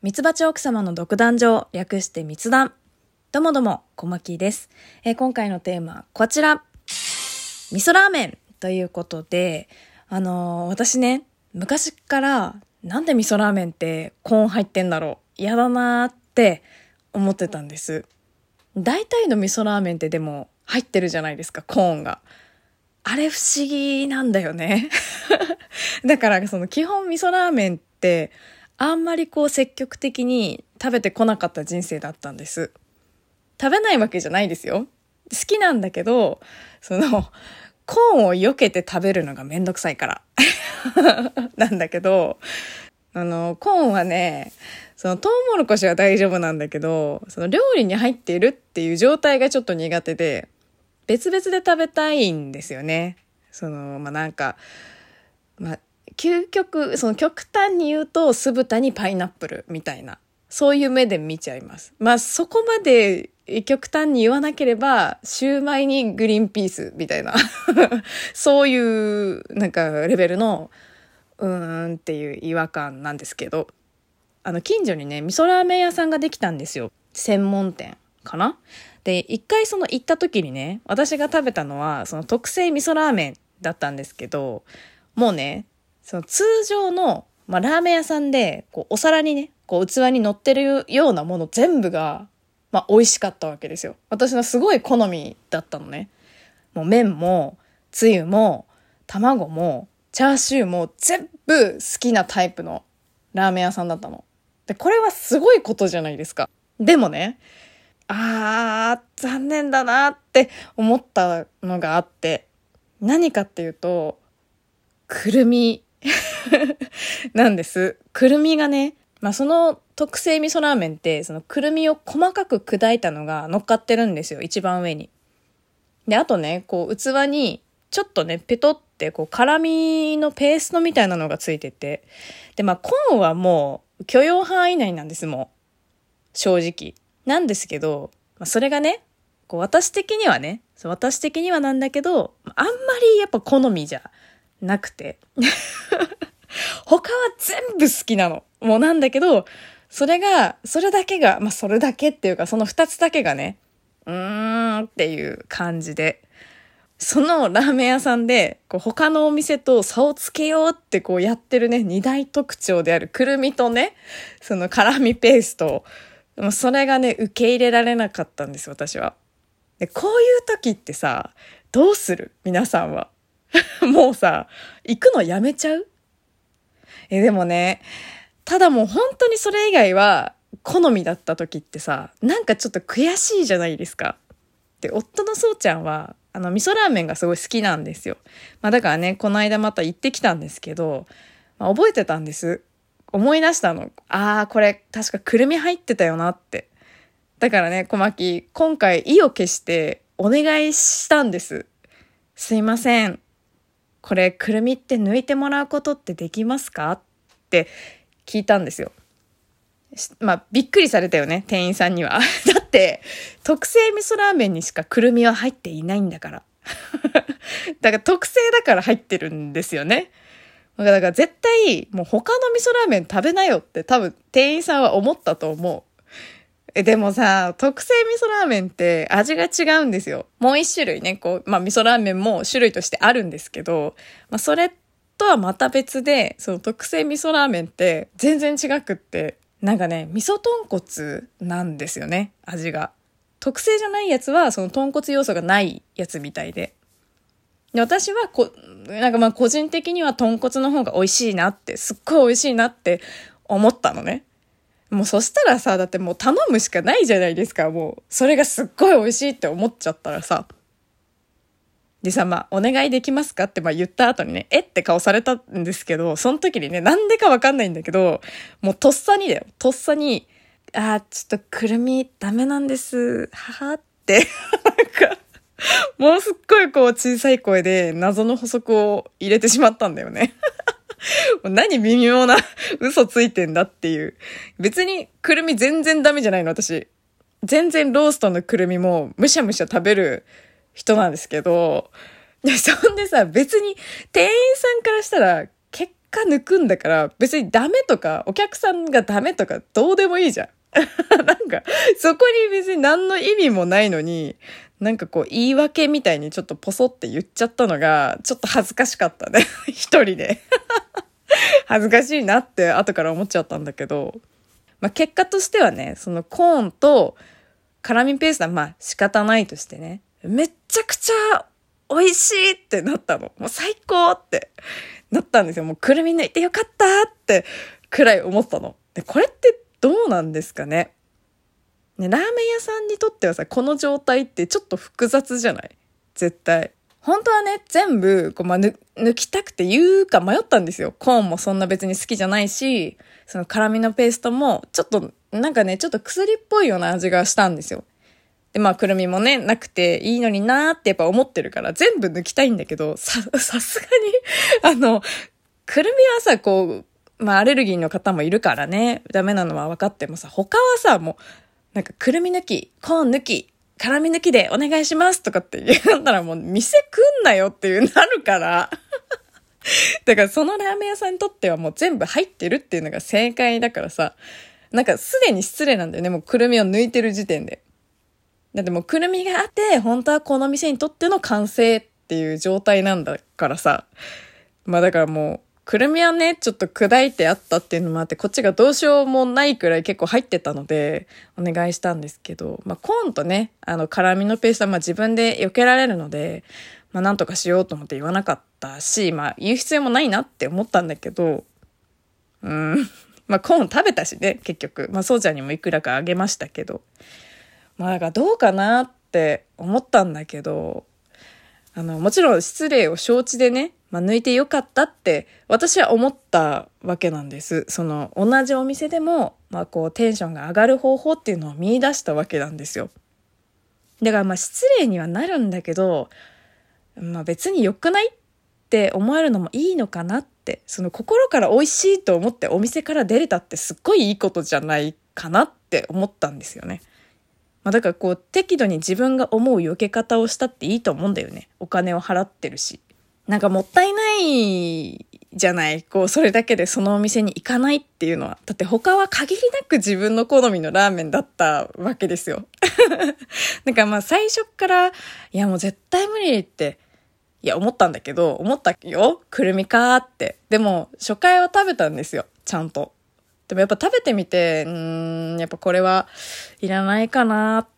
ミツバチ奥様の独壇場、略してミツダン。どうもどうも、小牧です。今回のテーマ、こちら。味噌ラーメンということで、私ね、昔からなんで味噌ラーメンってコーン入ってんだろう、嫌だなーって思ってたんです。大体の味噌ラーメンってでも入ってるじゃないですか、コーンが。あれ不思議なんだよね。だから基本味噌ラーメンってあんまり積極的に食べてこなかった人生だったんです。食べないわけじゃないですよ。好きなんだけど、コーンを避けて食べるのがめんどくさいから。なんだけど、コーンはね、トウモロコシは大丈夫なんだけど、料理に入っているっていう状態がちょっと苦手で、別々で食べたいんですよね。究極、極端に言うと酢豚にパイナップルみたいな、そういう目で見ちゃいます。そこまで極端に言わなければ、シューマイにグリーンピースみたいな、そういうレベルのっていう違和感なんですけど、近所にね、味噌ラーメン屋さんができたんですよ。専門店かな。で、一回行った時にね、私が食べたのは特製味噌ラーメンだったんですけど、もうね、通常の、ラーメン屋さんでお皿にね、器に乗ってるようなもの全部が、美味しかったわけですよ。私のすごい好みだったのね。もう麺もつゆも卵もチャーシューも全部好きなタイプのラーメン屋さんだったの。で、これはすごいことじゃないですか。でもね、残念だなって思ったのがあって、何かっていうと、くるみなんです。くるみがね、その特製味噌ラーメンってくるみを細かく砕いたのが乗っかってるんですよ、一番上に。で、あとね、器にちょっとね、ペトって辛みのペーストみたいなのがついてて、で、コーンはもう許容範囲内なんです、もう正直なんですけど、それがね、私的にはなんだけど、あんまりやっぱ好みじゃなくて他は全部好きなの。もうなんだけど、それだけが、それだけっていうか、その2つだけがね、っていう感じで、そのラーメン屋さんで、他のお店と差をつけようってやってるね、二大特徴であるくるみとね、その辛みペースト、それがね、受け入れられなかったんです、私は。で、こういう時ってさ、どうする？皆さんは。もうさ、行くのやめちゃう？でもね、ただもう本当にそれ以外は好みだった時ってさ、ちょっと悔しいじゃないですか。で、夫のそうちゃんは味噌ラーメンがすごい好きなんですよ。だからね、この間また行ってきたんですけど、覚えてたんです。思い出したの。これ確かくるみ入ってたよなって。だからね、小牧、今回意を決してお願いしたんです。すいません。これくるみって抜いてもらうことってできますかって聞いたんですよ。びっくりされたよね、店員さんには。だって特製味噌ラーメンにしかくるみは入っていないんだからだから特製だから入ってるんですよね。だから絶対もう他の味噌ラーメン食べなよって多分店員さんは思ったと思う。でもさ、特製味噌ラーメンって味が違うんですよ。もう一種類ね、味噌ラーメンも種類としてあるんですけど、それとはまた別で、その特製味噌ラーメンって全然違くって、味噌豚骨なんですよね、味が。特製じゃないやつはその豚骨要素がないやつみたいで。で、私は個人的には豚骨の方が美味しいなって、すっごい美味しいなって思ったのね。もうそしたらさ、だってもう頼むしかないじゃないですか。もうそれがすっごい美味しいって思っちゃったらさ。でさ、お願いできますかって言った後にね、って顔されたんですけど、その時にね、なんでかわかんないんだけど、もうとっさに、ちょっとくるみダメなんです、ははって、もうすっごい小さい声で謎の補足を入れてしまったんだよね。何微妙な嘘ついてんだっていう。別にくるみ全然ダメじゃないの、私。全然ローストのくるみもむしゃむしゃ食べる人なんですけど、そんでさ、別に店員さんからしたら結果抜くんだから別にダメとかお客さんがダメとかどうでもいいじゃん。なんかそこに別に何の意味もないのに、なんかこう言い訳みたいにちょっとポソって言っちゃったのがちょっと恥ずかしかったね。一人で恥ずかしいなって後から思っちゃったんだけど、まあ、結果としてはね、そのコーンと辛味ペーストはまあ仕方ないとしてね、めっちゃくちゃ美味しいってなったの。もう最高ってなったんですよ。もうくるみ抜いてよかったってくらい思ったの。で、これってどうなんですかね。ね、ラーメン屋さんにとってはさ、この状態ってちょっと複雑じゃない？絶対。本当はね、全部こう、抜きたくて言うか迷ったんですよ。コーンもそんな別に好きじゃないし、その辛味のペーストもちょっとなんかね、ちょっと薬っぽいような味がしたんですよ。で、まあ、くるみもね、なくていいのになーってやっぱ思ってるから、全部抜きたいんだけど、さすがに、くるみはさ、こう、まあ、アレルギーの方もいるからね、ダメなのは分かってもさ、他はさ、もう、なんか、くるみ抜き、コーン抜き、辛み抜きでお願いしますとかって言ったらもう、店来んなよっていうなるから。だから、そのラーメン屋さんにとってはもう全部入ってるっていうのが正解だからさ、なんか、すでに失礼なんだよね、もうくるみを抜いてる時点で。だってもうくるみがあって、本当はこの店にとっての完成っていう状態なんだからさ。まあだからもう、くるみはね、ちょっと砕いてあったっていうのもあって、こっちがどうしようもないくらい結構入ってたので、お願いしたんですけど、まあコーンとね、辛みのペーストはまあ自分で避けられるので、まあなんとかしようと思って言わなかったし、まあ言う必要もないなって思ったんだけど、まあコーン食べたしね、結局。まあそうちゃんにもいくらかあげましたけど。まあだからどうかなって思ったんだけど、もちろん失礼を承知でね、まあ抜いてよかったって私は思ったわけなんです。その同じお店でも、まあこうテンションが上がる方法っていうのを見出したわけなんですよ。だからまあ失礼にはなるんだけど、まあ別に良くないって思えるのもいいのかなって、その心から美味しいと思ってお店から出れたってすっごいいいことじゃないかなって思ったんですよね。まあだからこう適度に自分が思う避け方をしたっていいと思うんだよね。お金を払ってるし。なんかもったいないじゃない。こうそれだけでそのお店に行かないっていうのは。だって他は限りなく自分の好みのラーメンだったわけですよ。なんかまあ最初から、いやもう絶対無理って、いや思ったんだけど、思ったよ。くるみかーって。でも初回は食べたんですよ。ちゃんと。でもやっぱ食べてみて、やっぱこれはいらないかなって、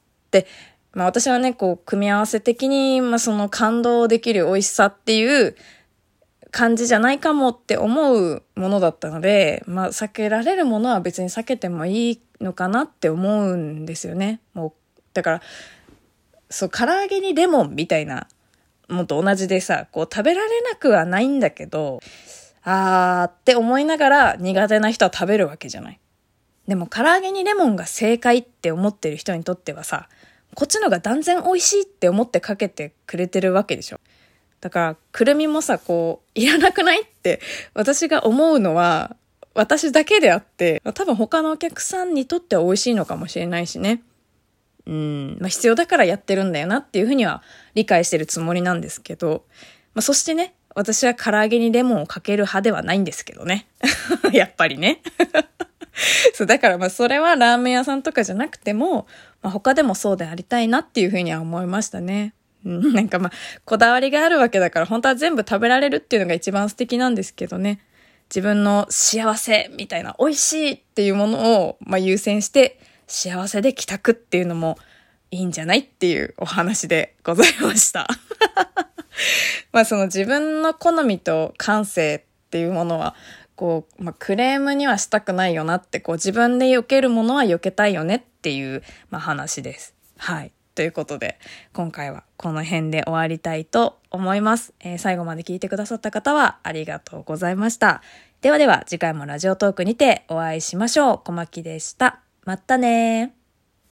まあ私はね、こう組み合わせ的に、まあその感動できる美味しさっていう感じじゃないかもって思うものだったので、まあ避けられるものは別に避けてもいいのかなって思うんですよね。もう、だから、そう、唐揚げにレモンみたいなもと同じでさ、こう食べられなくはないんだけど、あーって思いながら苦手な人は食べるわけじゃない。でも唐揚げにレモンが正解って思ってる人にとってはさ、こっちのが断然美味しいって思ってかけてくれてるわけでしょ。だからくるみもさ、こういらなくないって私が思うのは私だけであって、多分他のお客さんにとっては美味しいのかもしれないしね。まあ必要だからやってるんだよなっていうふうには理解してるつもりなんですけど、まあそしてね、私は唐揚げにレモンをかける派ではないんですけどね。やっぱりね。そう、だからまあそれはラーメン屋さんとかじゃなくても、まあ、他でもそうでありたいなっていうふうには思いましたね。なんかまあこだわりがあるわけだから本当は全部食べられるっていうのが一番素敵なんですけどね。自分の幸せみたいな美味しいっていうものをまあ優先して幸せで帰宅っていうのもいいんじゃないっていうお話でございました。まあその自分の好みと感性っていうものはこう、まあ、クレームにはしたくないよなって、こう自分で避けるものは避けたいよねっていう、まあ、話です。はい。ということで今回はこの辺で終わりたいと思います。最後まで聞いてくださった方はありがとうございました。ではでは次回もラジオトークにてお会いしましょう。小牧でした。またね。